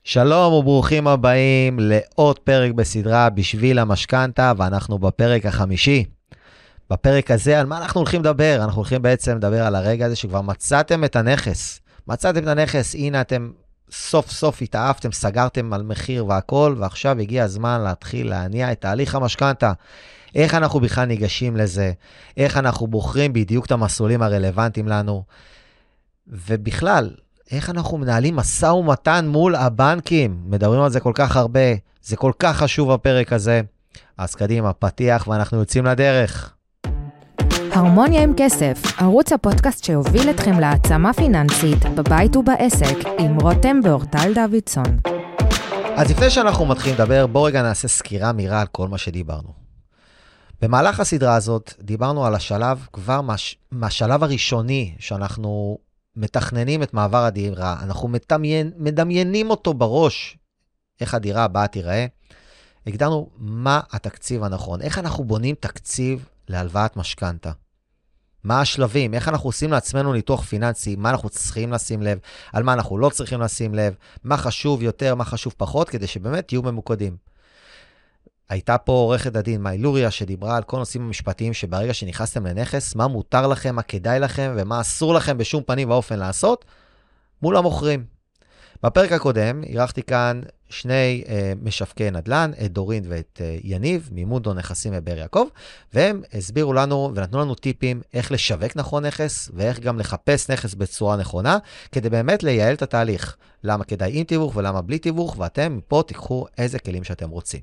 שלום וברוכים הבאים לעוד פרק בסדרה בשביל המשכנתה, ואנחנו בפרק החמישי. בפרק הזה, על מה אנחנו הולכים לדבר? אנחנו הולכים בעצם לדבר על הרגע הזה שכבר מצאתם את הנכס. מצאתם את הנכס, הנה אתם סוף סוף התאהבתם, סגרתם על מחיר והכל, ועכשיו הגיע הזמן להתחיל להניע את תהליך המשכנתה. איך אנחנו בכלל ניגשים לזה? איך אנחנו בוחרים בדיוק את המסלולים הרלוונטיים לנו? ובכלל, איך אנחנו מנהלים משא ומתן מול הבנקים? מדברים על זה כל כך הרבה, זה כל כך חשוב הפרק הזה. אז קדימה, פתיח ואנחנו יוצאים לדרך. הרמוניה עם כסף, ערוץ הפודקאסט שיוביל אתכם להעצמה פיננסית בבית ובעסק עם רותם ואורטל דוידסון. אז לפני שאנחנו מתחילים לדבר, בואו רגע נעשה סקירה מהירה על כל מה שדיברנו. במהלך הסדרה הזאת דיברנו על השלב, כבר מהשלב הראשוני שאנחנו מתכננים את מעבר הדירה, אנחנו מדמיינים אותו בראש, איך הדירה הבאה תיראה. הגדרנו מה התקציב הנכון, איך אנחנו בונים תקציב להלוואת משכנתה. מה השלבים, איך אנחנו עושים לעצמנו ניתוח פיננסי, מה אנחנו צריכים לשים לב, על מה אנחנו לא צריכים לשים לב, מה חשוב יותר, מה חשוב פחות, כדי שבאמת תהיו ממוקדים. הייתה פה עורכת הדין מאילוריה שדיברה על כל נושאים המשפטיים שברגע שנכנסתם לנכס, מה מותר לכם, מה כדאי לכם ומה אסור לכם בשום פנים ואופן לעשות מול המוכרים. בפרק הקודם אירחתי כאן שני משווקי נדל"ן, את דורין ואת יניב, ממונדו נכסים בבאר יעקב, והם הסבירו לנו ונתנו לנו טיפים איך לשווק נכון נכס, ואיך גם לחפש נכס בצורה נכונה, כדי באמת לייעל את התהליך. למה כדאי עם תיווך ולמה בלי תיווך, ואתם מפה תיקחו איזה כלים שאתם רוצים.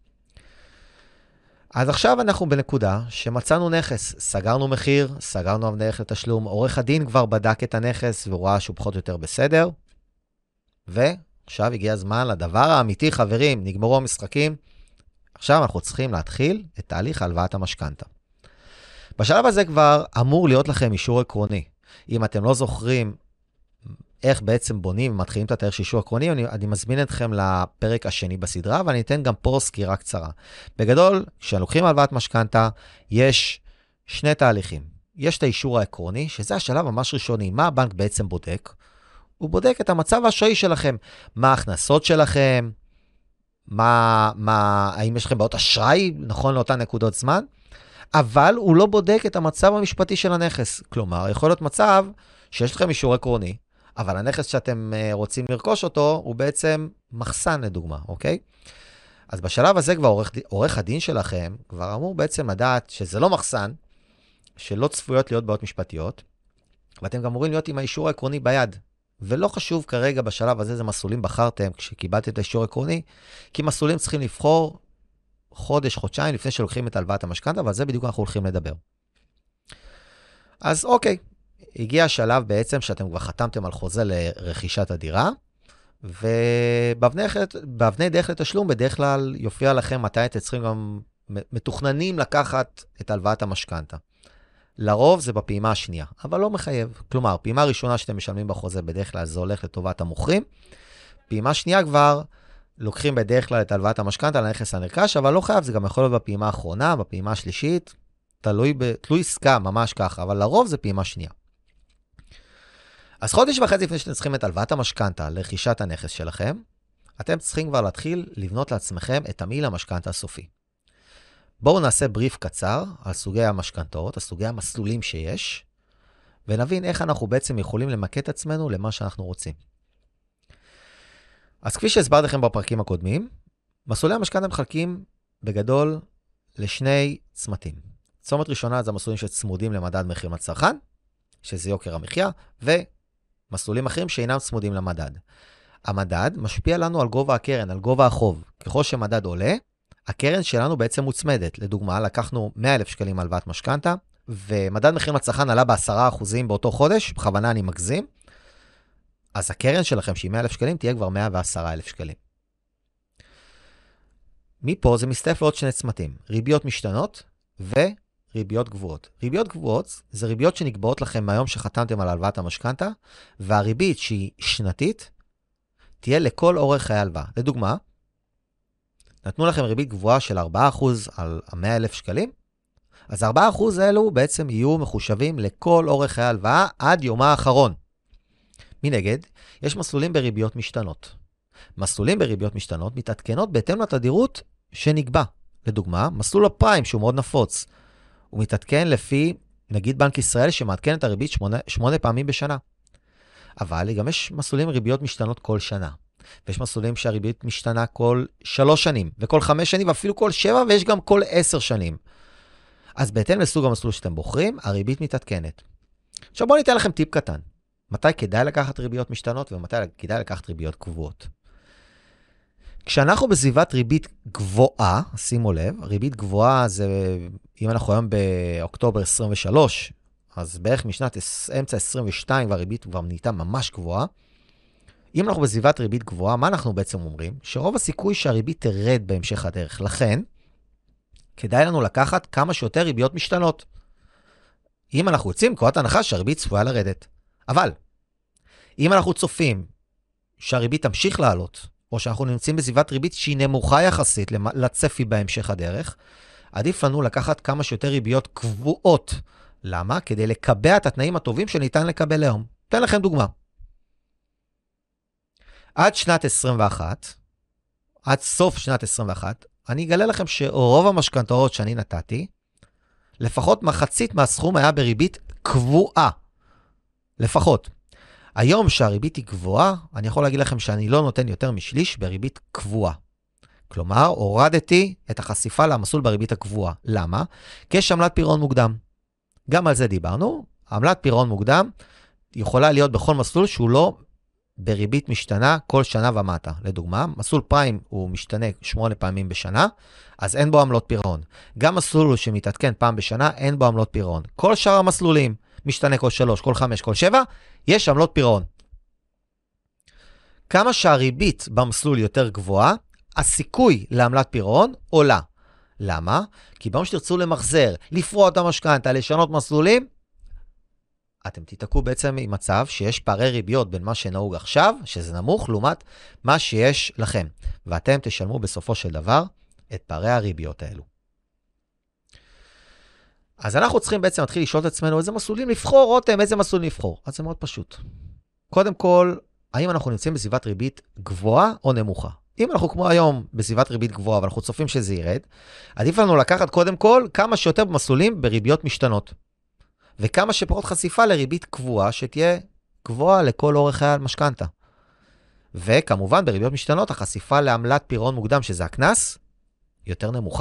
אז עכשיו אנחנו בנקודה שמצאנו נכס, סגרנו מחיר, סגרנו דרך לתשלום, עורך הדין כבר בדק את הנכס וראה שהוא פחות או יותר בסדר, ועכשיו הגיע הזמן לדבר האמיתי, חברים, נגמרו המשחקים, עכשיו אנחנו צריכים להתחיל את תהליך הלוואת המשכנתה. בשלב הזה כבר אמור להיות לכם אישור עקרוני. אם אתם לא זוכרים איך בעצם בונים ומתחילים את התהליך של אישור עקרוני, אני מזמין אתכם לפרק השני בסדרה, ואני אתן גם פה סקירה קצרה. בגדול, כשלוקחים הלוואת משכנתה, יש שני תהליכים. יש את האישור העקרוני, שזה השלב ממש ראשוני. מה הבנק בעצם בודק? הוא בודק את המצב האשראי שלכם. מה ההכנסות שלכם? האם יש לכם בעיות אשראי, נכון לאותן נקודות זמן? אבל הוא לא בודק את המצב המשפטי של הנכס. כלומר, יכול להיות מצב שיש לכם אישור עקרוני, אבל הנכס שאתם רוצים לרכוש אותו, הוא בעצם מחסן לדוגמה, אוקיי? אז בשלב הזה כבר עורך הדין שלכם, כבר אמור בעצם לדעת שזה לא מחסן, שלא צפויות להיות בעיות משפטיות, ואתם גם אמורים להיות עם האישור העקרוני ביד. ולא חשוב כרגע בשלב הזה, זה מסלולים בחרתם כשקיבלתם את האישור העקרוני, כי מסלולים צריכים לבחור חודש, חודשיים, לפני שלוקחים את הלוואת המשכנתה, ועל זה בדיוק אנחנו הולכים לדבר. אז אוקיי. הגיע השלב בעצם שאתם כבר חתמתם על חוזה לרכישת הדירה, ובאבני דרך לתשלום בדרך כלל יופיע לכם מתי אתם צריכים גם מתוכננים לקחת את הלוואת המשכנתה. לרוב זה בפעימה השנייה, אבל לא מחייב. כלומר, פעימה ראשונה שאתם משלמים בחוזה בדרך כלל זה הולך לטובת המוכרים, פעימה שנייה כבר לוקחים בדרך כלל את הלוואת המשכנתה לנכס הנרכש, אבל לא חייב, זה גם יכול להיות בפעימה האחרונה, בפעימה השלישית, תלוי עסקה, ממש ככה, אבל לרוב זה פעימה שנייה. אז חודש וחצי לפני שאתם צריכים את הלוואת המשכנתה לרכישת הנכס שלכם, אתם צריכים כבר להתחיל לבנות לעצמכם את תמהיל המשכנתה הסופי. בואו נעשה בריף קצר על סוגי המשכנתאות, על סוגי המסלולים שיש, ונבין איך אנחנו בעצם יכולים למקד את עצמנו למה שאנחנו רוצים. אז כפי שהסברתי לכם בפרקים הקודמים, מסלולי המשכנתה מחלקים בגדול לשני צמתים. צומת ראשונה זה המסלולים שצמודים למדד מחיר לצרכן, שזה יוקר המחיה, ומסלולים אחרים שאינם צמודים למדד. המדד משפיע לנו על גובה הקרן, על גובה החוב. ככל שמדד עולה, הקרן שלנו בעצם מוצמדת. לדוגמה, לקחנו 100,000 שקלים הלוואת משכנתה, ומדד מחיר לצרכן עלה ב10% באותו חודש, בכוונה אני מגזים, אז הקרן שלכם שהיא 100,000 שקלים תהיה כבר 110,000 שקלים. מפה זה מסתף לעוד שני צמתים, ריביות משתנות וריביות גבוהות. ריביות גבוהות זה ריביות שנקבעות לכם מהיום שחתמתם על הלוואת המשכנתה, והריבית שהיא שנתית תהיה לכל אורך חיי הלוואה. לדוגמה, נתנו לכם ריבית גבוהה של 4% על 100,000 שקלים, אז 4% האלו בעצם יהיו מחושבים לכל אורך חיי הלוואה עד יומה האחרון. מנגד, יש מסלולים בריביות משתנות. מסלולים בריביות משתנות מתעדכנות בהתאם לתדירות שנקבע. לדוגמה, מסלול הפריים שהוא מאוד נפוץ, הוא מתעדכן לפי, נגיד בנק ישראל, שמעדכן את הריבית 8 פעמים בשנה. אבל גם יש מסלולים ריביות משתנות כל שנה. ויש מסלולים שהריבית משתנה כל 3 שנים, וכל 5 שנים, ואפילו כל 7, ויש גם כל 10 שנים. אז בהתאם לסוג המסלול שאתם בוחרים, הריבית מתעדכנת. עכשיו בואו ניתן לכם טיפ קטן. מתי כדאי לקחת ריביות משתנות, ומתי כדאי לקחת ריביות קבועות. כשאנחנו בסביבת ריבית גבוהה, שימו לב, ריבית גבוהה זה, אם אנחנו היום באוקטובר 23, אז בערך משנת אמצע 22, והריבית כבר נהייתה ממש גבוהה. אם אנחנו בסביבת ריבית גבוהה, מה אנחנו בעצם אומרים? שרוב הסיכוי שהריבית תרד בהמשך הדרך. לכן, כדאי לנו לקחת כמה שיותר ריביות משתנות. אם אנחנו יוצאים, קורת הנחה שהריבית צפויה לרדת. אבל, אם אנחנו צופים שהריבית תמשיך לעלות, או שאנחנו נמצאים בסביבת ריבית שהיא נמוכה יחסית לצפי בהמשך הדרך, עדיף לנו לקחת כמה שיותר ריביות קבועות. למה? כדי לקבע את התנאים הטובים שניתן לקבל היום. אתן לכם דוגמה. עד שנת 21, עד סוף שנת 21, אני אגלה לכם שרוב המשכנתאות שאני נתתי, לפחות מחצית מהסכום היה בריבית קבועה. לפחות. היום שהריבית היא גבוהה, אני יכול להגיד לכם שאני לא נותן יותר משליש בריבית קבועה. כלומר, הורדתי את החשיפה למסלול בריבית הקבועה. למה? כי יש עמלת פירעון מוקדם. גם על זה דיברנו. עמלת פירעון מוקדם יכולה להיות בכל מסלול שהוא לא בריבית משתנה כל שנה ומטה. לדוגמה, מסלול פריים הוא משתנה 8 פעמים בשנה, אז אין בו עמלות פירעון. גם מסלול שמתעדכן פעם בשנה, אין בו עמלות פירעון. כל שאר המסלולים משתנה כל 3, כל 5, כל 7, יש עמלות פירעון. כמה שהריבית במסלול יותר גבוהה, הסיכוי לעמלת פירעון עולה. למה? כי ביום שתרצו למחזר, לפרוע את המשכנתא, לשנות מסלולים, אתם תתעקו בעצם עם מצב שיש פערי ריביות בין מה שנהוג עכשיו, שזה נמוך, לעומת מה שיש לכם. ואתם תשלמו בסופו של דבר את פערי הריביות האלו. אז אנחנו צריכים בעצם להתחיל לשאול את עצמנו איזה מסלולים לבחור, רותם, איזה מסלולים לבחור. אז זה מאוד פשוט. קודם כל, האם אנחנו נמצאים בסביבת ריבית גבוהה או נמוכה? אם אנחנו כמו היום בסביבת ריבית גבוהה, ואנחנו צופים שזה ירד, עדיף לנו לקחת קודם כל כמה שיותר מסלולים בריביות משתנות. וכמה שפחות חשיפה לריבית קבועה, שתהיה גבוהה לכל אורך חיי המשכנתא. וכמובן, בריביות משתנות, החשיפה לעמלת פירעון מוקדם, שזה הכנס, יותר נמוכה.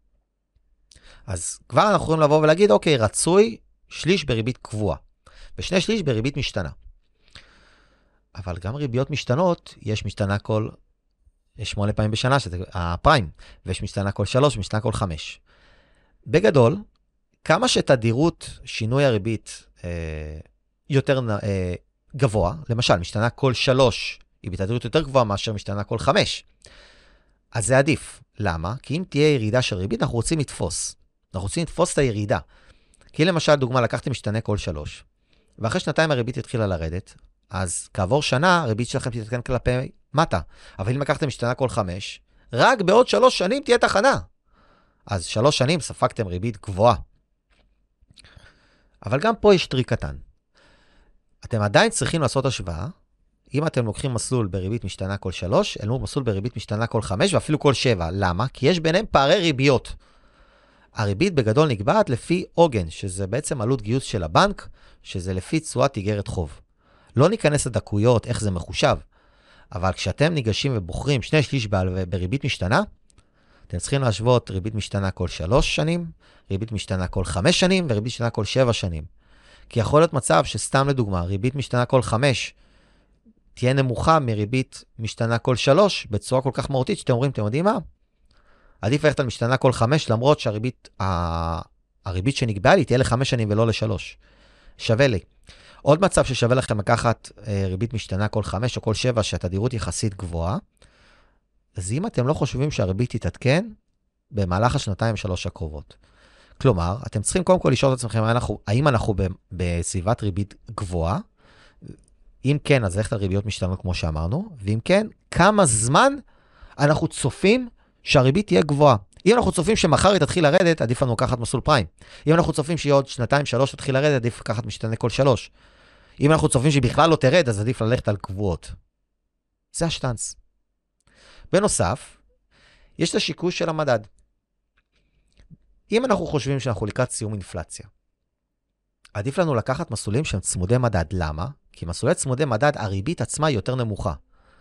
אז כבר אנחנו יכולים לבוא ולהגיד, אוקיי, רצוי שליש בריבית קבועה, ושני שליש בריבית משתנה. אבל גם ריביות משתנות, יש משתנה כל 8 פעמים בשנה, שזה הפריים, ויש משתנה כל 3, משתנה כל 5. בגדול, כמה שתדירות שינוי הריבית יותר גבוה, למשל, משתנה כל 3, היא בתדירות יותר גבוהה מאשר משתנה כל 5. אז זה עדיף. למה? כי אם תהיה ירידה של ריבית, אנחנו רוצים לתפוס. אנחנו רוצים לתפוס את הירידה. כי למשל, דוגמה, לקחתם משתנה כל 3, ואחרי 2 הריבית התחילה לרדת, אז כעבור שנה, הריבית שלכם תתעדכן כלפי מטה. אבל אם לקחתם משתנה כל 5, רק בעוד 3 שנים תהיה תחנה. אז 3 שנים ספגתם ריבית גבוהה. אבל גם פה יש טריק קטן. אתם עדיין צריכים לעשות השוואה, אם אתם לוקחים מסלול בריבית משתנה כל 3, אל מול מסלול בריבית משתנה כל 5, ואפילו כל 7. למה? כי יש ביניהם פערי ריביות. הריבית בגדול נקבעת לפי עוגן, שזה בעצם עלות גיוס של הבנק, שזה לפי תשואת איגרת חוב. לא ניכנס לדקויות איך זה מחושב, אבל כשאתם ניגשים ובוחרים 2 שליש בריבית משתנה, אתם צריכים להשוות ריבית משתנה כל 3 שנים, ריבית משתנה כל 5 שנים, וריבית משתנה כל 7 שנים. כי יכול להיות מצב שסתם לדוגמה, ריבית משתנה כל 5, תהיה נמוכה מריבית משתנה כל 3, בצורה כל כך מהותית שאתם אומרים, אתם יודעים מה? עדיף ללכת על משתנה כל 5, למרות שהריבית שנקבעה לי תהיה ל5 שנים ולא ל3. שווה לי. עוד מצב ששווה לכם לקחת ריבית משתנה כל 5 או כל 7, שהתדירות יחסית גבוהה, אז אם אתם לא חושבים שהריבית תתעדכן, במהלך 2-3 הקרובות. כלומר, אתם צריכים קודם כל לשאול את עצמכם, האם אנחנו בסביבת ריבית גבוהה? אם כן, אז ללכת על ריביות משתנות כמו שאמרנו, ואם כן, כמה זמן אנחנו צופים שהריבית תהיה גבוהה. אם אנחנו צופים שמחר היא תתחיל לרדת, עדיף לנו לקחת מסלול פריים. אם אנחנו צופים שהיא עוד 2-3 תתחיל לרדת, עדיף לקחת משתנה כל 3. אם אנחנו צופים שהיא בכלל לא תרד, אז עדיף ללכת על קבועות. זה השטנץ. בנוסף, יש את השיקוי של המדד. אם אנחנו חושבים שאנחנו לקראת סיום אינפלציה, עדיף לנו לקחת מסלולים שהם צמודי מדד. למה? כי מסלולי צמודי מדד, הריבית עצמה היא יותר נמוכה.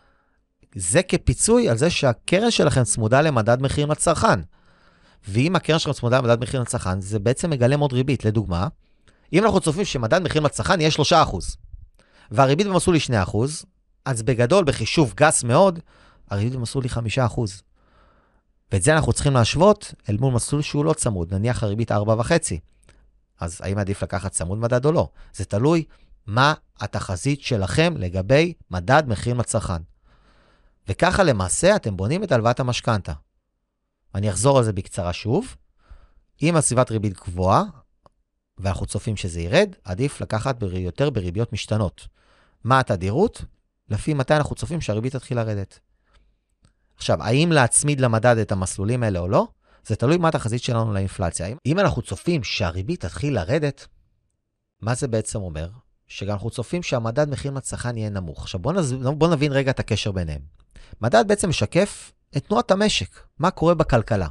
זה כפיצוי על זה שהקרן שלכם צמודה למדד מחיר לצרכן. ואם הקרן שלכם צמודה למדד מחיר לצרכן, זה בעצם מגלם עוד ריבית. לדוגמה, אם אנחנו צופים שמדד מחיר לצרכן יהיה 3%, והריבית במסלול היא 2%, אז בגדול, בחישוב גס מאוד, הריבית במסלול היא 5%. ואת זה אנחנו צריכים להשוות אל מול מסלול שהוא לא צמוד, נניח הריבית 4.5. אז האם עדיף לקחת צמוד מדד או לא? זה תלוי מה התחזית שלכם לגבי מדד מחיר לצרכן. וככה למעשה אתם בונים את הלוואת המשכנתא. אני אחזור על זה בקצרה שוב. אם הסביבת ריבית גבוהה, ואנחנו צופים שזה ירד, עדיף לקחת יותר בריביות משתנות. מה התדירות? לפי מתי אנחנו צופים שהריבית תתחיל לרדת. עכשיו, האם להצמיד למדד את המסלולים האלה או לא? זה תלוי מה התחזית שלנו לאינפלציה. אם אנחנו צופים שהריבית תתחיל לרדת, מה זה בעצם אומר? שגם אנחנו צופים שהמדד מחיר לצרכן יהיה נמוך. עכשיו, בואו נבין רגע את הקשר ביניהם. מדד בעצם משקף את תנועת המשק, מה קורה בכלכלה.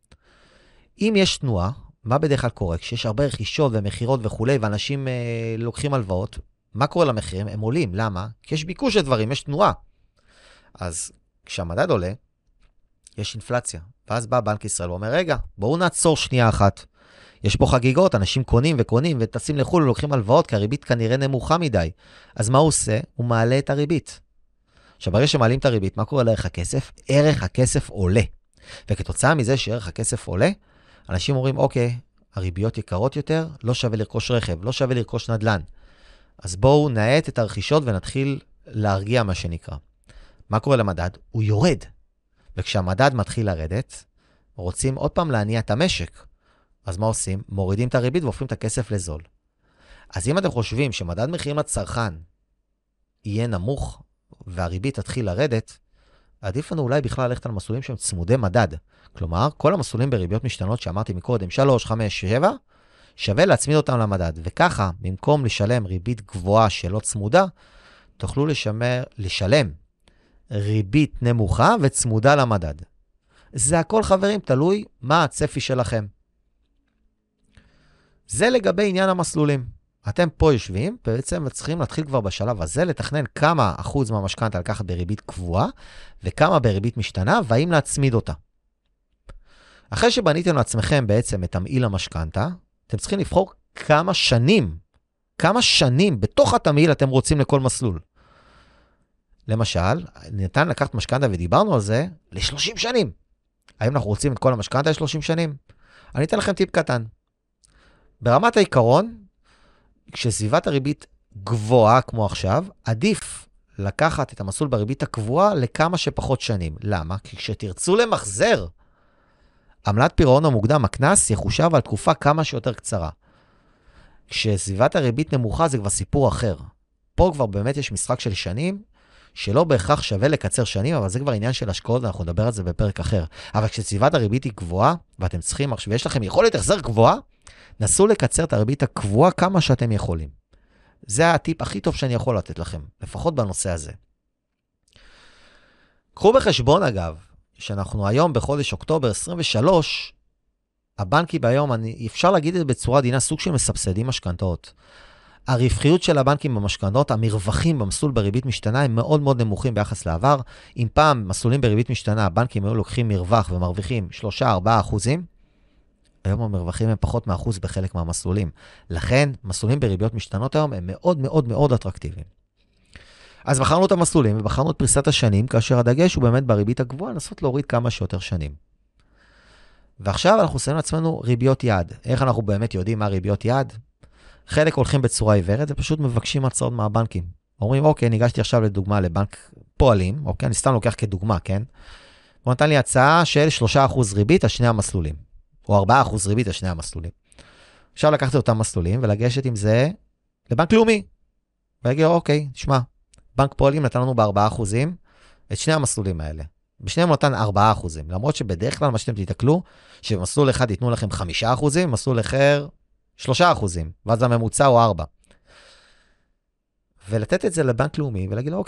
אם יש תנועה, מה בדרך כלל קורה? כשיש הרבה רכישות ומחירות וכו', ואנשים לוקחים הלוואות, מה קורה למחירים? הם עולים. למה? כי יש ביקוש לדברים, יש תנועה. אז כשהמדד עולה, יש אינפלציה. ואז בא בנק ישראל ואומר, רגע, בואו נעצור שנייה אחת. יש פה חגיגות, אנשים קונים וקונים וטסים לחו"ל ולוקחים הלוואות, כי הריבית כנראה נמוכה מדי. אז מה הוא עושה? הוא מעלה את הריבית. עכשיו, ברגע שמעלים את הריבית, מה קורה לערך הכסף? ערך הכסף עולה. וכתוצאה מזה שערך הכסף עולה, אנשים אומרים, אוקיי, הריביות יקרות יותר, לא שווה לרכוש רכב, לא שווה לרכוש נדל"ן. אז בואו נעט את הרכישות ונתחיל להרגיע מה שנקרא. מה קורה למדד? הוא יורד. וכשהמדד מתחיל לרדת, רוצים עוד פעם להניע את המשק. אז מה עושים? מורידים את הריבית והופכים את הכסף לזול. אז אם אתם חושבים שמדד מחירים לצרכן יהיה נמוך והריבית תתחיל לרדת, עדיף לנו אולי בכלל ללכת על מסלולים שהם צמודי מדד. כלומר, כל המסלולים בריביות משתנות שאמרתי מקודם, 3, 5, 7, שווה להצמיד אותם למדד. וככה, במקום לשלם ריבית גבוהה שלא צמודה, תוכלו לשלם ריבית נמוכה וצמודה למדד. זה הכל, חברים, תלוי מה הצפי שלכם. זה לגבי עניין המסלולים. אתם פה יושבים, בעצם צריכים להתחיל כבר בשלב הזה, לתכנן כמה אחוז מהמשכנתא לקחת בריבית קבועה, וכמה בריבית משתנה, והאם להצמיד אותה. אחרי שבניתם לעצמכם בעצם את תמהיל המשכנתא, אתם צריכים לבחור כמה שנים בתוך התמהיל אתם רוצים לכל מסלול. למשל, ניתן לקחת משכנתא, ודיברנו על זה, ל-30 שנים. האם אנחנו רוצים את כל המשכנתא ל-30 שנים? אני אתן לכם טיפ קטן. ברמת העיקרון, כשסביבת הריבית גבוהה כמו עכשיו, עדיף לקחת את המסלול בריבית הקבועה לכמה שפחות שנים. למה? כי כשתרצו למחזר, עמלת פירעון המוקדם, הקנס, יחושב על תקופה כמה שיותר קצרה. כשסביבת הריבית נמוכה זה כבר סיפור אחר. פה כבר באמת יש משחק של שנים, שלא בהכרח שווה לקצר שנים, אבל זה כבר עניין של השקעות, ואנחנו נדבר על זה בפרק אחר. אבל כשסביבת הריבית היא גבוהה, ואתם צריכים, ויש לכם יכולת החזר גבוהה, נסו לקצר את הריבית הקבועה כמה שאתם יכולים. זה הטיפ הכי טוב שאני יכול לתת לכם, לפחות בנושא הזה. קחו בחשבון אגב, שאנחנו היום בחודש אוקטובר 23, הבנקים ביום, אפשר להגיד את זה בצורה עדינה, סוג של מסבסדים משכנתאות. הרווחיות של הבנקים במשכנתאות, המרווחים במסלול בריבית משתנה, הם מאוד מאוד נמוכים ביחס לעבר. אם פעם מסלולים בריבית משתנה, הבנקים היו לוקחים מרווח ומרוויחים 3-4%, היום המרווחים הם פחות מ1% בחלק מהמסלולים. לכן, מסלולים בריביות משתנות היום הם מאוד מאוד מאוד אטרקטיביים. אז בחרנו את המסלולים ובחרנו את פריסת השנים, כאשר הדגש הוא באמת בריבית הגבוהה, לנסות להוריד כמה שיותר שנים. ועכשיו אנחנו שמים לעצמנו ריביות יעד. איך אנחנו באמת יודעים מה ריביות יעד? חלק הולכים בצורה עיוורת, ופשוט מבקשים הצעות מהבנקים. אומרים, אוקיי, ניגשתי עכשיו לדוגמה לבנק פועלים, אוקיי, אני סתם לוקח כדוגמה, כן? הוא נתן לי הצעה של 3% ריבית על שני המסלולים, או 4% ריבית על שני המסלולים. עכשיו לקחתי אותם מסלולים, ולגשת עם זה לבנק לאומי. ולהגיד, אוקיי, תשמע, בנק פועלים נתן לנו ב4% את שני המסלולים האלה. בשניהם הוא נתן 4%, למרות שבדרך כלל מה שאתם תתקלו, שבמסלול אחד ייתנו לכם 5%, מסלול אחר 3%, ואז הממוצע הוא 4. ולתת את זה לבנק לאומי ולהגיד לו, אוקיי,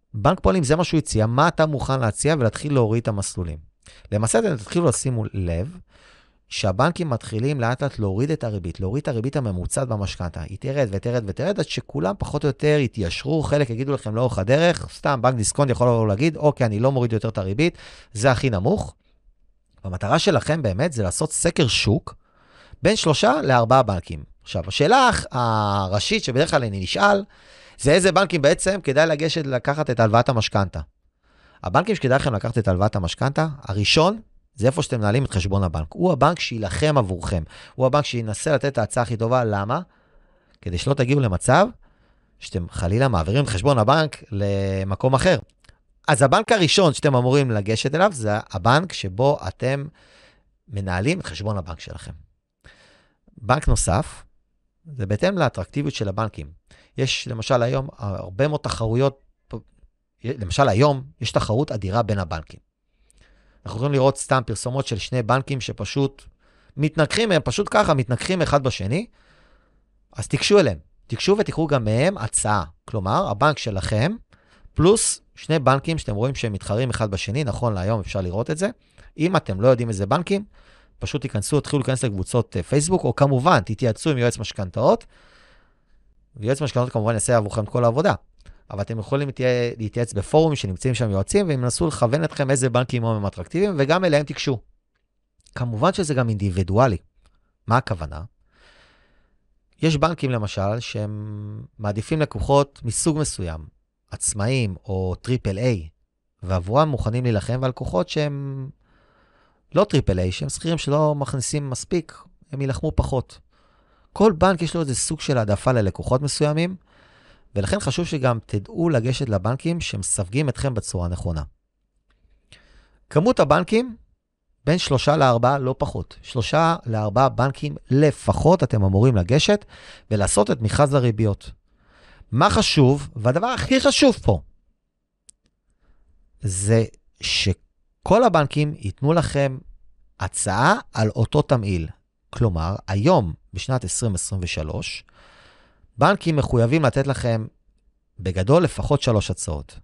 בנק פועלים זה מה שהוא הציע, מה אתה מוכן להציע ולהתחיל להוריד את המסלולים. למעשה אתם תתחילו לשימו לב, שהבנקים מתחילים לאט לאט להוריד את הריבית, להוריד את הריבית הממוצעת במשכנתא. היא תרד ותרד ותרד, עד שכולם פחות או יותר יתיישרו, חלק יגידו לכם לאורך הדרך, סתם בנק דיסקונט יכול לבוא להגיד, אוקיי, אני לא מוריד יותר את הריבית, זה הכי נמוך. והמטרה שלכם באמת זה לעשות סקר שוק, בין 3 ל4 בנקים. עכשיו, השאלה הראשית שבדרך כלל אני נשאל, זה איזה בנקים בעצם כדאי לגשת לקחת את הלוואת המשכנתא. הבנקים שכדאי לכם לקחת את הלוואת המשכנתא, הראשון, זה איפה שאתם מנהלים את חשבון הבנק. הוא הבנק שילחם עבורכם. הוא הבנק שינסה לתת את ההצעה הכי טובה. למה? כדי שלא תגיעו למצב שאתם חלילה מעבירים את חשבון הבנק למקום אחר. אז הבנק הראשון שאתם אמורים לגשת אליו, זה הבנק שבו אתם מנהלים את חשבון הבנק שלכם. בנק נוסף, זה בהתאם לאטרקטיביות של הבנקים. יש למשל היום הרבה מאוד תחרויות, למשל היום יש תחרות אדירה בין הבנקים. אנחנו יכולים לראות סתם פרסומות של 2 בנקים שפשוט מתנגחים, הם פשוט ככה מתנגחים אחד בשני, אז תיגשו אליהם. תיגשו ותקחו גם מהם הצעה. כלומר, הבנק שלכם, פלוס 2 בנקים שאתם רואים שהם מתחרים אחד בשני, נכון להיום אפשר לראות את זה. אם אתם לא יודעים איזה בנקים, פשוט תיכנסו, תתחילו להיכנס לקבוצות פייסבוק, או כמובן תתייעצו עם יועץ משכנתאות, ויועץ משכנתאות כמובן יעשה עבורכם את כל העבודה. אבל אתם יכולים להתייעץ בפורומים שנמצאים שם יועצים, והם ינסו לכוון אתכם איזה בנקים הם אטרקטיביים, וגם אליהם תיגשו. כמובן שזה גם אינדיבידואלי. מה הכוונה? יש בנקים למשל, שהם מעדיפים לקוחות מסוג מסוים, עצמאים או טריפל איי, ועבורם מוכנים להילחם, ועל לקוחות שהם לא טריפל איי, שהם שכירים שלא מכניסים מספיק, הם ילחמו פחות. כל בנק יש לו איזה סוג של העדפה ללקוחות מסוימים, ולכן חשוב שגם תדעו לגשת לבנקים שמסווגים אתכם בצורה נכונה. כמות הבנקים, בין 3 ל4, לא פחות. 3 ל4 בנקים לפחות אתם אמורים לגשת, ולעשות את מכרז הריביות. מה חשוב, והדבר הכי חשוב פה, זה שכל הבנקים ייתנו לכם הצעה על אותו תמהיל. כלומר, היום, בשנת 2023, בנקים מחויבים לתת לכם בגדול לפחות 3 הצעות.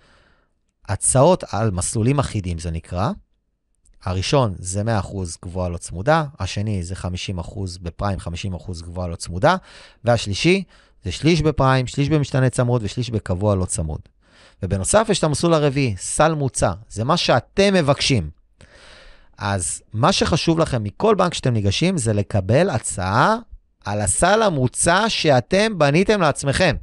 הצעות על מסלולים אחידים זה נקרא. הראשון זה 100% גבוהה לא צמודה, השני זה 50% בפריים, 50% גבוהה לא צמודה, והשלישי זה שליש בפריים, שליש במשתנה צמוד ושליש בקבוע לא צמוד. ובנוסף יש את המסלול הרביעי, סל מוצע, זה מה שאתם מבקשים. אז מה שחשוב לכם מכל בנק שאתם ניגשים זה לקבל הצעה על הסל המוצע שאתם בניתם לעצמכם.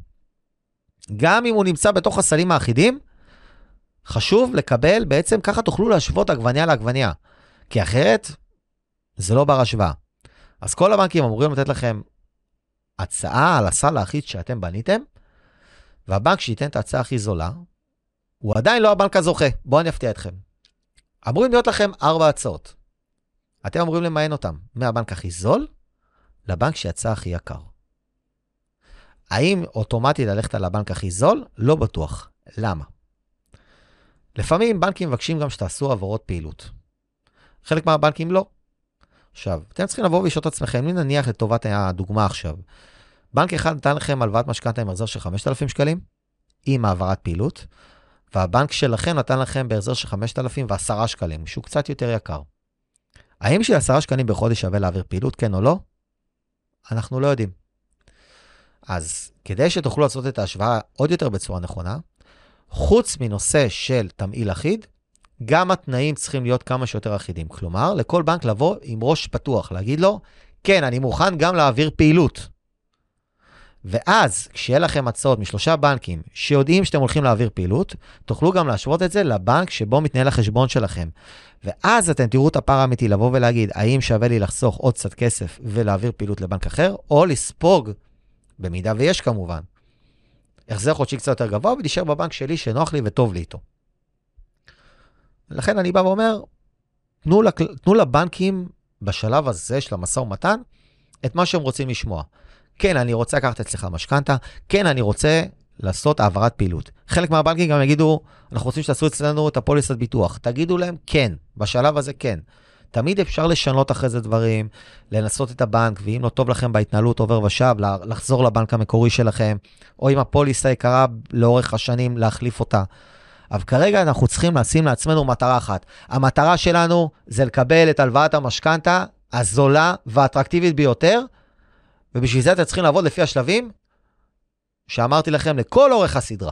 גם אם הוא נמצא בתוך הסלים האחידים, חשוב לקבל, בעצם ככה תוכלו להשוות עגבניה לעגבניה, כי אחרת זה לא בר השוואה. אז כל הבנקים אמורים לתת לכם הצעה על הסל האחיד שאתם בניתם, והבנק שייתן את ההצעה הכי זולה, הוא עדיין לא הבנק הזוכה. בואו אני אפתיע אתכם. אמורים להיות לכם 4 הצעות. אתם אמורים למיין אותם מהבנק הכי זול, לבנק שיצא הכי יקר. האם אוטומטית ללכת על הבנק הכי זול? לא בטוח. למה? לפעמים בנקים מבקשים גם שתעשו העברות פעילות. חלק מהבנקים לא. עכשיו, אתם צריכים לבוא ולשאול את עצמכם, אם נניח לטובת הדוגמה עכשיו, בנק אחד נתן לכם הלוואת משכנתא עם החזר של 5,000 שקלים, עם העברת פעילות, והבנק שלכם נתן לכם בהחזר של 5,010 שקלים, שהוא קצת יותר יקר. האם של 10 שקלים בחודש שווה להעביר פעילות, כן או לא? אנחנו לא יודעים. אז כדי שתוכלו לעשות את ההשוואה עוד יותר בצורה נכונה, חוץ מנושא של תמהיל אחיד, גם התנאים צריכים להיות כמה שיותר אחידים. כלומר, לכל בנק לבוא עם ראש פתוח, להגיד לו, כן, אני מוכן גם להעביר פעילות. ואז, כשיהיה לכם הצעות מ3 בנקים שיודעים שאתם הולכים להעביר פעילות, תוכלו גם להשוות את זה לבנק שבו מתנהל החשבון שלכם. ואז אתם תראו את הפער האמיתי, לבוא ולהגיד, האם שווה לי לחסוך עוד קצת כסף ולהעביר פעילות לבנק אחר, או לספוג, במידה ויש כמובן, החזר חודשי קצת יותר גבוה, ולהישאר בבנק שלי שנוח לי וטוב לי איתו. לכן אני בא ואומר, תנו לבנקים בשלב הזה של המשא ומתן, את מה שהם רוצים לשמוע. כן, אני רוצה לקחת אצלך משכנתא, כן, אני רוצה לעשות העברת פעילות. חלק מהבנקים גם יגידו, אנחנו רוצים שתעשו אצלנו את הפוליסת ביטוח. תגידו להם כן, בשלב הזה כן. תמיד אפשר לשנות אחרי זה דברים, לנסות את הבנק, ואם לא טוב לכם בהתנהלות עובר ושב, לחזור לבנק המקורי שלכם, או אם הפוליסה יקרה לאורך השנים, להחליף אותה. אבל כרגע אנחנו צריכים לשים לעצמנו מטרה אחת. המטרה שלנו זה לקבל את הלוואת המשכנתא הזולה והאטרקטיבית ביותר, ובשביל זה אתם צריכים לעבוד לפי השלבים שאמרתי לכם לכל אורך הסדרה.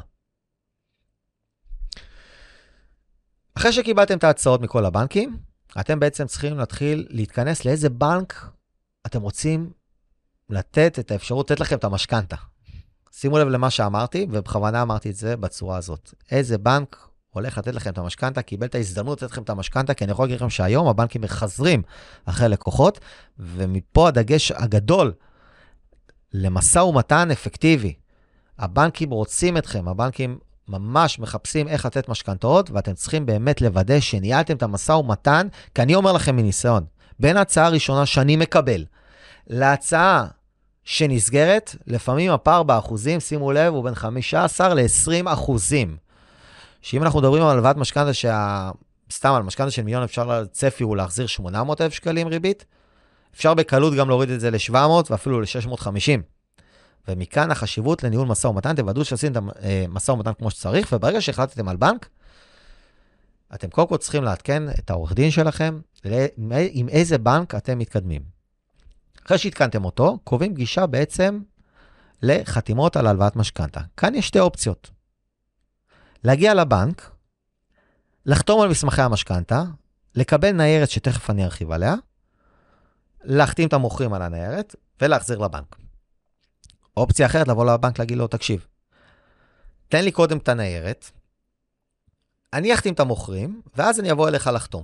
אחרי שקיבלתם את ההצעות מכל הבנקים, אתם בעצם צריכים להתחיל להתכנס לאיזה בנק אתם רוצים לתת את האפשרות, לתת לכם את המשכנתא. שימו לב למה שאמרתי, ובכוונה אמרתי את זה בצורה הזאת. איזה בנק הולך לתת לכם את המשכנתא, קיבל את ההזדמנות לתת לכם את המשכנתא, כי אני יכול להגיד לכם שהיום הבנקים מחזרים אחרי לקוחות, ומפה הדגש הגדול למשא ומתן אפקטיבי. הבנקים רוצים אתכם, הבנקים ממש מחפשים איך לתת משכנתאות, ואתם צריכים באמת לוודא שניהלתם את המשא ומתן, כי אני אומר לכם מניסיון, בין ההצעה הראשונה שאני מקבל, להצעה שנסגרת, לפעמים הפער באחוזים, שימו לב, הוא בין 15 ל-20%. שאם אנחנו מדברים על הלוואת משכנתא, סתם על משכנתא של מיליון, אפשר לצפי הוא להחזיר 800,000 שקלים ריבית, אפשר בקלות גם להוריד את זה ל-700 ואפילו ל-650. ומכאן החשיבות לניהול משא ומתן, תוודאו שעושים את המשא ומתן כמו שצריך, וברגע שהחלטתם על בנק, אתם קודם כל צריכים לעדכן את העורך דין שלכם, עם איזה בנק אתם מתקדמים. אחרי שהתקנתם אותו, קובעים פגישה בעצם לחתימות על הלוואת משכנתא. כאן יש שתי אופציות. להגיע לבנק, לחתום על מסמכי המשכנתא, לקבל ניירת שתכף אני ארחיב עליה, להחתים את המוכרים על הניירת, ולהחזיר לבנק. אופציה אחרת, לבוא לבנק להגיד לו, תקשיב, תן לי קודם את הניירת, אני אחתים את המוכרים, ואז אני אבוא אליך לחתום.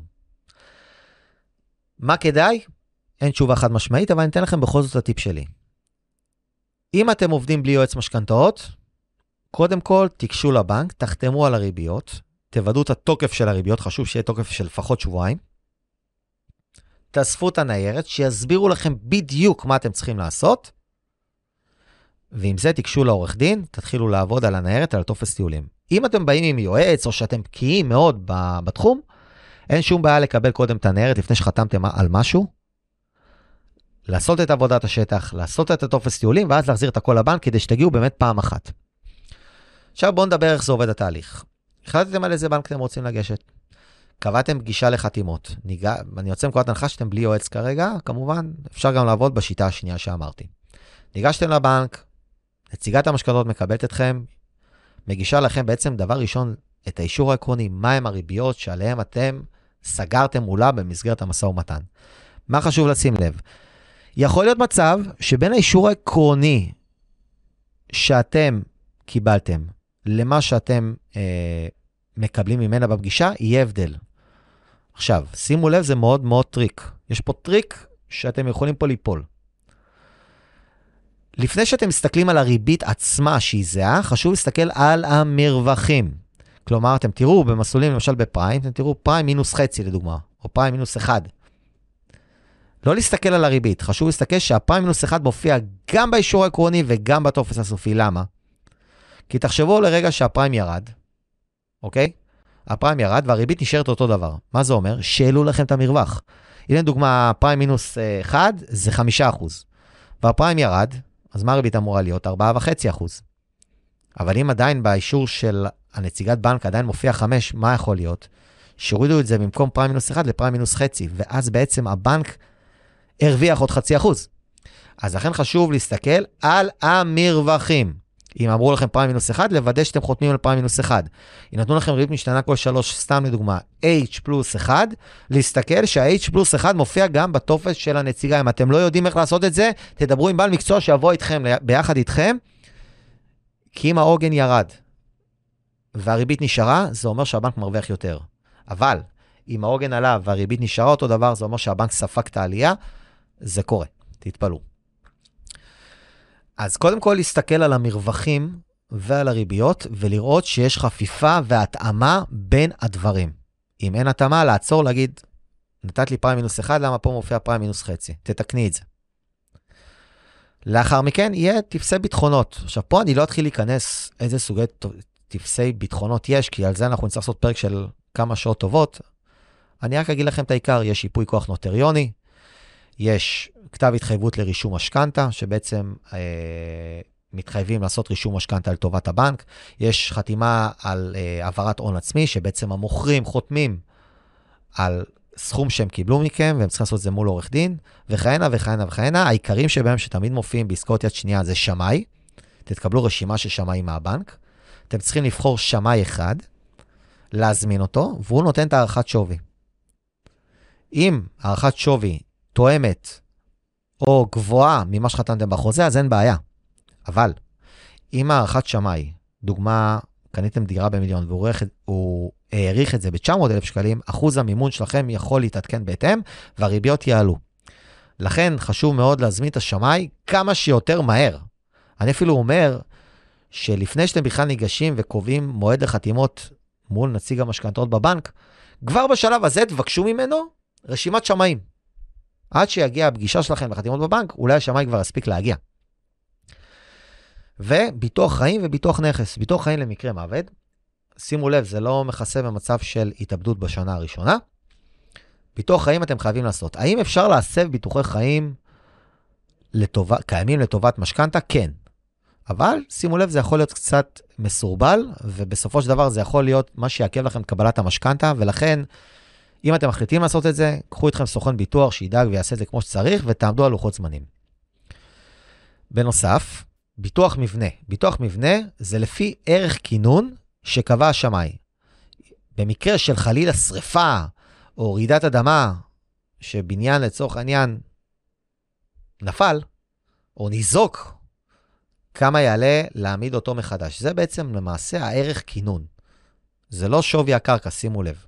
מה כדאי? אין תשובה חד משמעית, אבל אני אתן לכם בכל זאת הטיפ שלי. אם אתם עובדים בלי יועץ משכנתאות, קודם כל תיגשו לבנק, תחתמו על הריביות, תוודאו את התוקף של הריביות, חשוב שיהיה תוקף של לפחות שבועיים, תאספו את הניירת, שיסבירו לכם בדיוק מה אתם צריכים לעשות, ועם זה תיגשו לעורך דין, תתחילו לעבוד על הניירת, על הטופס טיולים. אם אתם באים עם יועץ, או שאתם בקיאים מאוד בתחום, אין שום בעיה לקבל קודם את הניירת, לפני שחתמתם על משהו, לעשות את עבודת השטח, לעשות את הטופס טיולים, ואז להחזיר את הכל לבנק, כדי שתגיעו באמת פעם אחת. עכשיו בואו נדבר איך זה עובד התהליך. החלטתם על איזה בנק אתם רוצים לגשת. קבעתם פגישה לחתימות. אני יוצא מנקודת הנחה שאתם בלי יועץ כרגע, כמובן, אפשר גם לעבוד בשיטה השנייה שאמרתי. ניגשתם לבנק, נציגת המשכנתאות מקבלת אתכם, מגישה לכם בעצם דבר ראשון את האישור העקרוני, מהם הריביות שעליהם אתם סגרתם מולה במסגרת המשא ומתן. מה חשוב לשים לב? יכול להיות מצב שבין האישור העקרוני שאתם קיבלתם למה שאתם מקבלים ממנה בפגישה, יהיה הבדל. עכשיו, שימו לב, זה מאוד מאוד טריק. יש פה טריק שאתם יכולים פה ליפול. לפני שאתם מסתכלים על הריבית עצמה שהיא זהה, חשוב להסתכל על המרווחים. כלומר, אתם תראו במסלולים, למשל בפריים, אתם תראו פריים מינוס חצי לדוגמה, או פריים מינוס 1. לא להסתכל על הריבית, חשוב להסתכל שהפריים מינוס 1 מופיע גם באישור העקרוני וגם בטופס הסופי. למה? כי תחשבו לרגע שהפריים ירד, אוקיי? הפריים ירד והריבית נשארת אותו דבר. מה זה אומר? שאלו לכם את המרווח. הנה דוגמה, פריים מינוס 1 זה 5%. והפריים ירד, אז מה הריבית אמורה להיות? 4.5%. אבל אם עדיין באישור של הנציגת בנק עדיין מופיע 5, מה יכול להיות? שהורידו את זה במקום פריים מינוס 1 לפריים מינוס חצי, ואז בעצם הבנק הרוויח עוד 0.5%. אז לכן חשוב להסתכל על המרווחים. אם אמרו לכם פריים מינוס 1, לוודא שאתם חותמים על פריים מינוס 1. אם נתנו לכם ריבית משתנה כל 3, סתם לדוגמה, H פלוס 1, להסתכל שה-H פלוס 1 מופיע גם בטופס של הנציגה. אם אתם לא יודעים איך לעשות את זה, תדברו עם בעל מקצוע שיבוא איתכם, ביחד איתכם, כי אם העוגן ירד והריבית נשארה, זה אומר שהבנק מרוויח יותר. אבל אם העוגן עלה והריבית נשארה אותו דבר, זה אומר שהבנק ספק את העלייה, זה קורה. תתפלו. אז קודם כל להסתכל על המרווחים ועל הריביות, ולראות שיש חפיפה והתאמה בין הדברים. אם אין התאמה, לעצור, להגיד, נתת לי פריים מינוס 1, למה פה מופיע פריים מינוס חצי? תתקני את זה. לאחר מכן יהיה תפסי ביטחונות. עכשיו פה אני לא אתחיל להיכנס איזה סוגי תפסי ביטחונות יש, כי על זה אנחנו נצטרך לעשות פרק של כמה שעות טובות, אני רק אגיד לכם את העיקר, יש שיפוי כוח נוטריוני, יש כתב התחייבות לרישום משכנתה, שבעצם מתחייבים לעשות רישום משכנתה לטובת הבנק, יש חתימה על העברת הון עצמי, שבעצם המוכרים חותמים על סכום שהם קיבלו מכם, והם צריכים לעשות את זה מול עורך דין, וכהנה וכהנה וכהנה. העיקרים שבהם שתמיד מופיעים בעסקאות יד שנייה זה שמאי, תתקבלו רשימה של שמאי מהבנק, אתם צריכים לבחור שמאי אחד, להזמין אותו, והוא נותן את הערכת שווי. אם הערכת שווי תואמת או גבוהה ממה שחתמתם בחוזה, אז אין בעיה. אבל אם הערכת שמאי, דוגמה, קניתם דירה במיליון, והוא העריך את זה ב-900,000 שקלים, אחוז המימון שלכם יכול להתעדכן בהתאם, והריביות יעלו. לכן חשוב מאוד להזמין את השמאי כמה שיותר מהר. אני אפילו אומר שלפני שאתם בכלל ניגשים וקובעים מועד לחתימות מול נציג המשכנתאות בבנק, כבר בשלב הזה תבקשו ממנו רשימת שמאים. עד שיגיע הפגישה שלכם לחתימות בבנק, אולי השמאי כבר יספיק להגיע. וביטוח חיים וביטוח נכס. ביטוח חיים למקרה מוות. שימו לב, זה לא מכסה במצב של התאבדות בשנה הראשונה. ביטוח חיים אתם חייבים לעשות. האם אפשר להסב ביטוחי חיים קיימים לטובת משכנתה? כן. אבל שימו לב, זה יכול להיות קצת מסורבל, ובסופו של דבר זה יכול להיות מה שיעכב לכם קבלת המשכנתה, ולכן אם אתם מחליטים לעשות את זה, קחו איתכם סוכן ביטוח שידאג ויעשה את זה כמו שצריך, ותעמדו על לוחות זמנים. בנוסף, ביטוח מבנה. ביטוח מבנה זה לפי ערך כינון שקבע השמאי. במקרה של חלילה שריפה או רעידת אדמה, שבניין לצורך העניין נפל או ניזוק, כמה יעלה להעמיד אותו מחדש. זה בעצם למעשה הערך כינון. זה לא שווי הקרקע, שימו לב.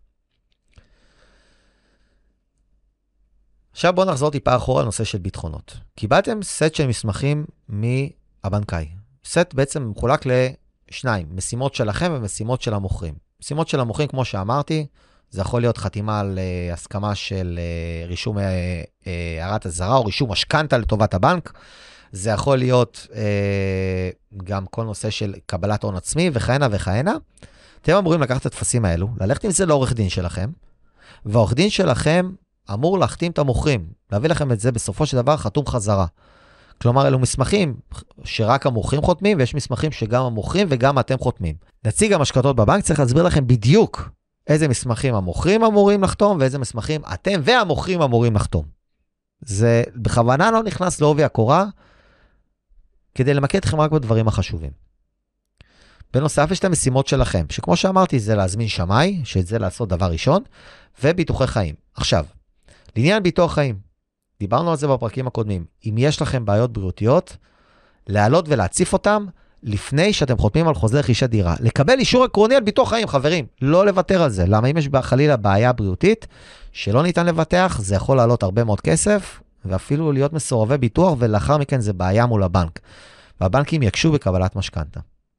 עכשיו בואו נחזור טיפה אחורה לנושא של ביטחונות. קיבלתם סט של מסמכים מהבנקאי. סט בעצם מחולק לשניים, משימות שלכם ומשימות של המוכרים. משימות של המוכרים, כמו שאמרתי, זה יכול להיות חתימה על הסכמה של רישום הערת אזהרה או רישום משכנתה לטובת הבנק. זה יכול להיות גם כל נושא של קבלת הון עצמי וכהנה וכהנה. אתם אמורים לקחת את התפסים האלו, ללכת עם זה לעורך דין שלכם, והעורך דין שלכם אמור להחתים את המוכרים, להביא לכם את זה בסופו של דבר חתום חזרה. כלומר, אלו מסמכים שרק המוכרים חותמים, ויש מסמכים שגם המוכרים וגם אתם חותמים. נציג המשכנתאות בבנק צריך להסביר לכם בדיוק איזה מסמכים המוכרים אמורים לחתום, ואיזה מסמכים אתם והמוכרים אמורים לחתום. זה בכוונה לא נכנס לעובי הקורה, כדי למקד אתכם רק בדברים החשובים. בנוסף, יש את המשימות שלכם, שכמו שאמרתי, זה להזמין שמאי, שאת זה לעשות דבר ראשון, וביטוחי חיים. עכשיו, לעניין ביטוח חיים, דיברנו על זה בפרקים הקודמים. אם יש לכם בעיות בריאותיות, להעלות ולהציף אותם, לפני שאתם חותמים על חוזה רכישת דירה. לקבל אישור עקרוני על ביטוח חיים, חברים. לא לוותר על זה. למה אם יש חלילה בעיה בריאותית, שלא ניתן לבטח, זה יכול לעלות הרבה מאוד כסף, ואפילו להיות מסורבי ביטוח, ולאחר מכן זה בעיה מול הבנק. והבנקים יקשו בקבלת משכנתה.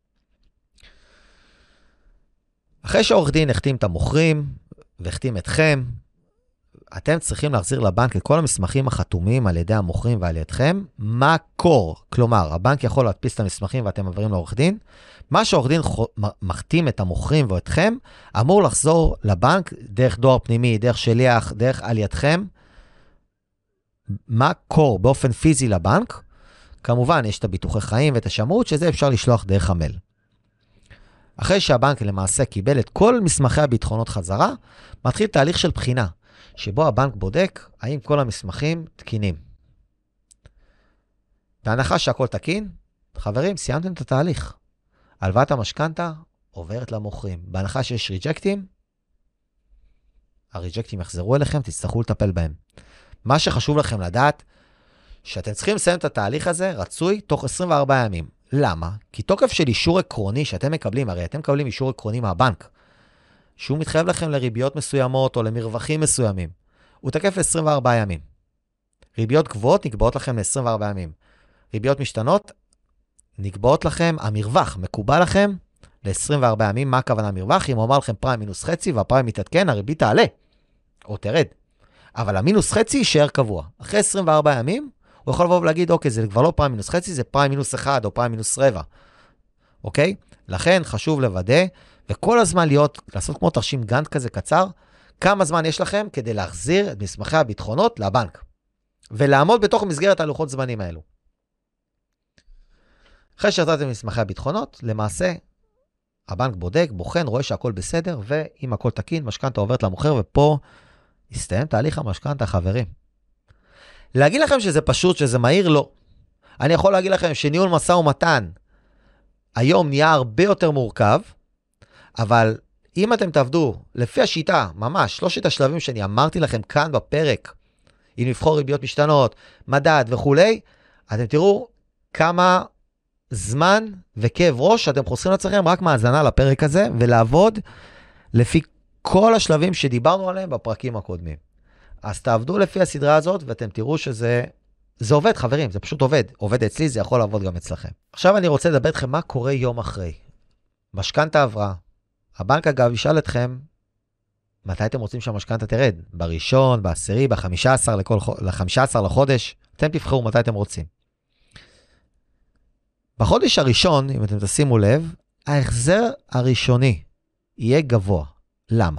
אחרי שהעורך דין החתים את המוכרים, והחתים אתכם, אתם צריכים להחזיר לבנק את כל המסמכים החתומים על ידי המוכרים ועל ידכם, מקור. כלומר, הבנק יכול להדפיס את המסמכים ואתם מעבירים לעורך דין. מה שהעורך דין מחתים את המוכרים ואתכם, אמור לחזור לבנק דרך דואר פנימי, דרך שליח, דרך על ידכם. מקור באופן פיזי לבנק. כמובן, יש את הביטוחי חיים ואת השמרות, שזה אפשר לשלוח דרך המייל. אחרי שהבנק למעשה קיבל את כל מסמכי הביטחונות חזרה, מתחיל תהליך של בחינה, שבו הבנק בודק האם כל המסמכים תקינים. בהנחה שהכל תקין, חברים, סיימתם את התהליך. הלוואת המשכנתה עוברת למוכרים. בהנחה שיש ריג'קטים, הריג'קטים יחזרו אליכם, תצטרכו לטפל בהם. מה שחשוב לכם לדעת, שאתם צריכים לסיים את התהליך הזה, רצוי תוך 24 ימים. למה? כי תוקף של אישור עקרוני שאתם מקבלים, הרי אתם מקבלים אישור עקרוני מהבנק, שהוא מתחייב לכם לריביות מסוימות או למרווחים מסוימים. הוא תקף ל-24 ימים. ריביות גבוהות נקבעות לכם ל-24 ימים. ריביות משתנות נקבעות לכם, המרווח מקובל לכם ל-24 ימים. מה הכוונה המרווח? אם הוא אמר לכם פריים מינוס חצי והפריים מתעדכן, הריבית תעלה או תרד. אבל המינוס חצי יישאר קבוע. אחרי 24 ימים, הוא יכול לבוא ולהגיד, אוקיי, זה כבר לא פריים מינוס חצי, זה פריים מינוס 1 או פריים מינוס רבע. אוקיי? לכן חשוב לוודא, וכל הזמן לעשות כמו תרשים גאנט כזה קצר, כמה זמן יש לכם כדי להחזיר את מסמכי הביטחונות לבנק, ולעמוד בתוך מסגרת הלוחות זמנים האלו. אחרי שהרצאתם מסמכי הביטחונות, למעשה, הבנק בודק, בוחן, רואה שהכל בסדר, ואם הכל תקין, משכנתה עוברת למוכר, ופה יסתיים תהליך המשכנתה, חברים. להגיד לכם שזה פשוט, שזה מהיר, לא. אני יכול להגיד לכם שניהול משא ומתן היום נהיה הרבה יותר מורכב, אבל אם אתם תעבדו לפי השיטה, ממש, 3 השלבים שאני אמרתי לכם כאן בפרק, אם לבחור ריביות משתנות, מדד וכו', אתם תראו כמה זמן וכאב ראש שאתם חוסכים לעצמכם רק מהאזנה לפרק הזה, ולעבוד לפי כל השלבים שדיברנו עליהם בפרקים הקודמים. אז תעבדו לפי הסדרה הזאת, ואתם תראו שזה עובד, חברים, זה פשוט עובד. עובד אצלי, זה יכול לעבוד גם אצלכם. עכשיו אני רוצה לדבר איתכם מה קורה יום אחרי. משכנתה עברה. הבנק אגב ישאל אתכם, מתי אתם רוצים שהמשכנתה תרד? בראשון, בעשירי, ב-15 לחודש? אתם תבחרו מתי אתם רוצים. בחודש הראשון, אם אתם תשימו לב, ההחזר הראשוני יהיה גבוה. למה?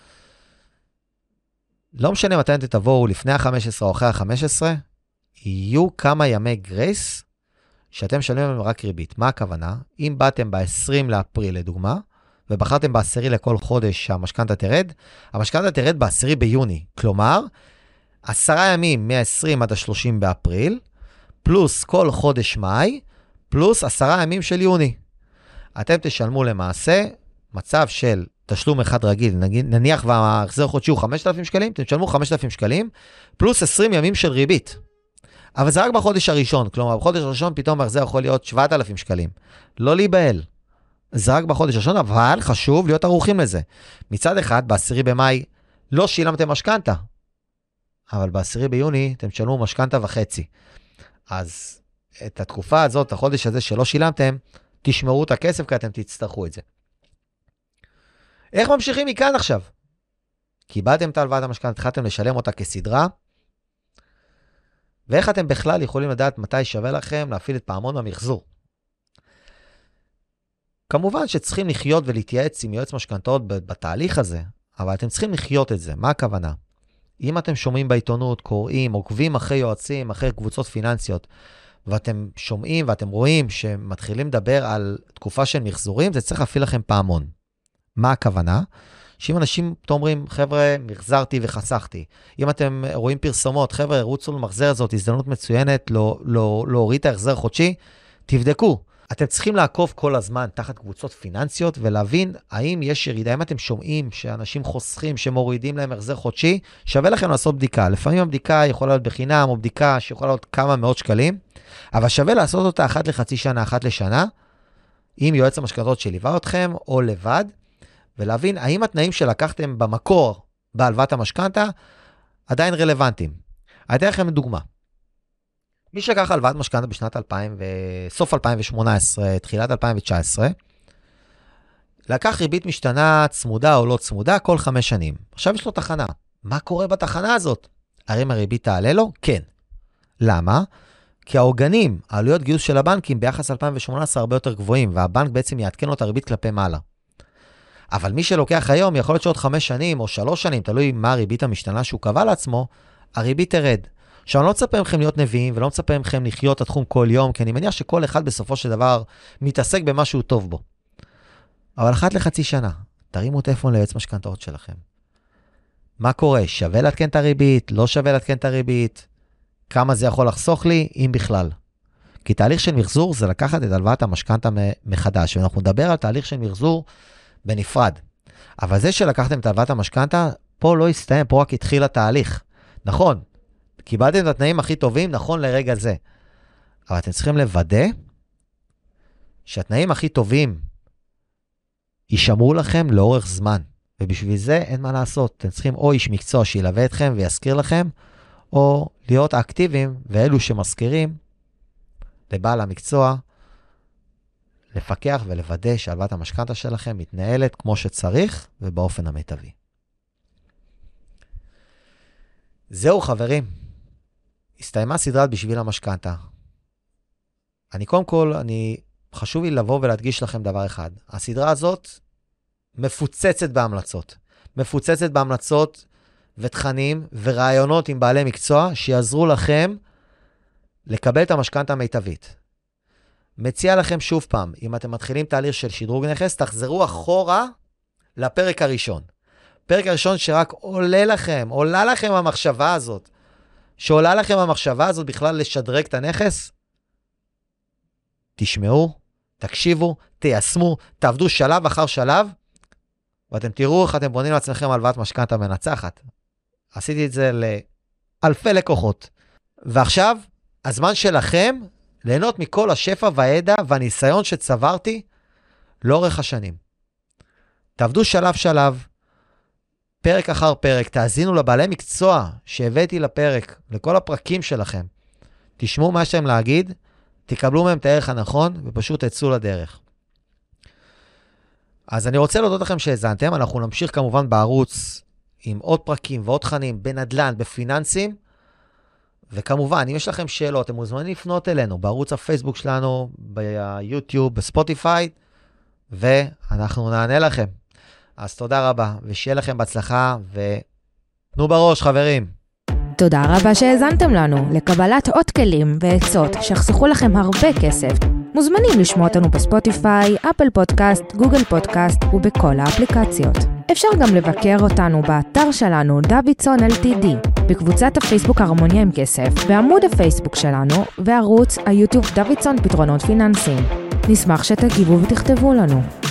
לא משנה מתי אתם תבואו לפני ה-15 או אחרי ה-15, יהיו כמה ימי גרייס שאתם משלמים להם רק ריבית. מה הכוונה? אם באתם ב-20 לאפריל לדוגמה, ובחרתם ב-10 לכל חודש שהמשכנתה תרד, המשכנתה תרד ב-10 ביוני. כלומר, 10 ימים מה-20 עד ה-30 באפריל, פלוס כל חודש מאי, פלוס 10 ימים של יוני. אתם תשלמו למעשה מצב של תשלום אחד רגיל, נניח וההחזר חודשי הוא 5,000 שקלים, אתם תשלמו 5,000 שקלים, פלוס 20 ימים של ריבית. אבל זה רק בחודש הראשון, כלומר, בחודש הראשון פתאום ההחזר יכול להיות 7,000 שקלים. לא להיבהל. זה רק בחודש הראשון, אבל חשוב להיות ערוכים לזה. מצד אחד, ב-10 במאי לא שילמתם משכנתה, אבל ב-10 ביוני אתם תשלמו משכנתה וחצי. אז את התקופה הזאת, החודש הזה שלא שילמתם, תשמרו את הכסף כי אתם תצטרכו את זה. איך ממשיכים מכאן עכשיו? קיבלתם את הלוואת המשכנתה, התחלתם לשלם אותה כסדרה, ואיך אתם בכלל יכולים לדעת מתי שווה לכם להפעיל את פעמון המחזור? כמובן שצריכים לחיות ולהתייעץ עם יועץ משכנתאות בתהליך הזה, אבל אתם צריכים לחיות את זה. מה הכוונה? אם אתם שומעים בעיתונות, קוראים, עוקבים אחרי יועצים, אחרי קבוצות פיננסיות, ואתם שומעים ואתם רואים שמתחילים לדבר על תקופה של מחזורים, זה צריך להפעיל לכם פעמון. מה הכוונה? שאם אנשים אומרים, חבר'ה, מחזרתי וחסכתי. אם אתם רואים פרסומות, חבר'ה, רוצו למחזר הזאת, הזדמנות מצוינת, להוריד את ההחזר חודשי, תבדקו. אתם צריכים לעקוב כל הזמן תחת קבוצות פיננסיות, ולהבין האם יש ירידה, אם אתם שומעים שאנשים חוסכים, שמורידים להם החזר חודשי, שווה לכם לעשות בדיקה. לפעמים הבדיקה יכולה להיות בחינם, או בדיקה שיכולה להיות כמה מאות שקלים, אבל שווה לעשות אותה אחת לחצי שנה, אחת לשנה, עם יועץ המשכנתאות שליווה אתכם, או לבד, ולהבין האם התנאים שלקחתם במקור בהלוואת המשכנתה עדיין רלוונטיים. אני אתן לכם דוגמה. מי שלקח הלוואת משכנתה בשנת סוף 2018, תחילת 2019, לקח ריבית משתנה צמודה או לא צמודה כל 5 שנים. עכשיו יש לו תחנה. מה קורה בתחנה הזאת? האם הריבית תעלה לו? כן. למה? כי העוגנים, העלויות גיוס של הבנקים ביחס 2018 הרבה יותר גבוהים, והבנק בעצם יעדכן לו את הריבית כלפי מעלה. אבל מי שלוקח היום, יכול להיות שעוד 5 שנים או 3 שנים, תלוי מה הריבית המשתנה שהוא קבע לעצמו, הריבית תרד. עכשיו, אני לא מצפה מכם להיות נביאים, ולא מצפה מכם לחיות את התחום כל יום, כי אני מניח שכל אחד בסופו של דבר מתעסק במשהו טוב בו. אבל אחת לחצי שנה, תרימו טלפון ליועץ משכנתאות שלכם. מה קורה? שווה להתקן את הריבית? לא שווה להתקן את הריבית? כמה זה יכול לחסוך לי? אם בכלל. כי תהליך של מחזור זה לקחת את הלוואת המשכנתה מחדש, ואנחנו נדבר על תהליך של מחזור בנפרד. אבל זה שלקחתם את הלוואת המשכנתה, פה לא הסתיים, פה רק התחיל התהליך. נכון, קיבלתם את התנאים הכי טובים, נכון לרגע זה. אבל אתם צריכים לוודא שהתנאים הכי טובים יישמרו לכם לאורך זמן. ובשביל זה אין מה לעשות. אתם צריכים או איש מקצוע שילווה אתכם ויזכיר לכם, או להיות אקטיביים, ואלו שמזכירים לבעל המקצוע, לפקח ולוודא שהלוואת המשכנתה שלכם מתנהלת כמו שצריך ובאופן המיטבי. זהו חברים, הסתיימה סדרת בשביל המשכנתה. קודם כל, חשוב לי לבוא ולהדגיש לכם דבר אחד. הסדרה הזאת מפוצצת בהמלצות. מפוצצת בהמלצות ותכנים ורעיונות עם בעלי מקצוע שיעזרו לכם לקבל את המשכנתא המיטבית. מציע לכם שוב פעם, אם אתם מתחילים תהליך של שדרוג נכס, תחזרו אחורה לפרק הראשון. פרק הראשון שרק עולה לכם המחשבה הזאת, שעולה לכם המחשבה הזאת בכלל לשדרג את הנכס, תשמעו, תקשיבו, תיישמו, תעבדו שלב אחר שלב, ואתם תראו איך אתם בונים לעצמכם הלוואת משכנתא מנצחת. עשיתי את זה לאלפי לקוחות. ועכשיו, הזמן שלכם ליהנות מכל השפע והידע והניסיון שצברתי לאורך השנים. תעבדו שלב שלב, פרק אחר פרק, תאזינו לבעלי מקצוע שהבאתי לפרק, לכל הפרקים שלכם. תשמעו מה שהם להגיד, תקבלו מהם את הערך הנכון ופשוט תצאו לדרך. אז אני רוצה להודות לכם שהזנתם, אנחנו נמשיך כמובן בערוץ עם עוד פרקים ועוד תכנים בנדל"ן, בפיננסים, וכמובן, אם יש לכם שאלות, אתם מוזמנים לפנות אלינו בערוץ הפייסבוק שלנו, ביוטיוב, בספוטיפיי, ואנחנו נענה לכם. אז תודה רבה, ושיהיה לכם בהצלחה, ותנו בראש, חברים. תודה רבה שהאזנתם לנו. לקבלת עוד כלים ועצות שיחסכו לכם הרבה כסף, מוזמנים לשמוע אותנו בספוטיפיי, אפל פודקאסט, גוגל פודקאסט ובכל האפליקציות. אפשר גם לבקר אותנו באתר שלנו דוידסון LTD, בקבוצת הפייסבוק הרמוניה עם כסף, בעמוד הפייסבוק שלנו, וערוץ היוטיוב דוידסון פתרונות פיננסיים. נשמח שתגיבו ותכתבו לנו.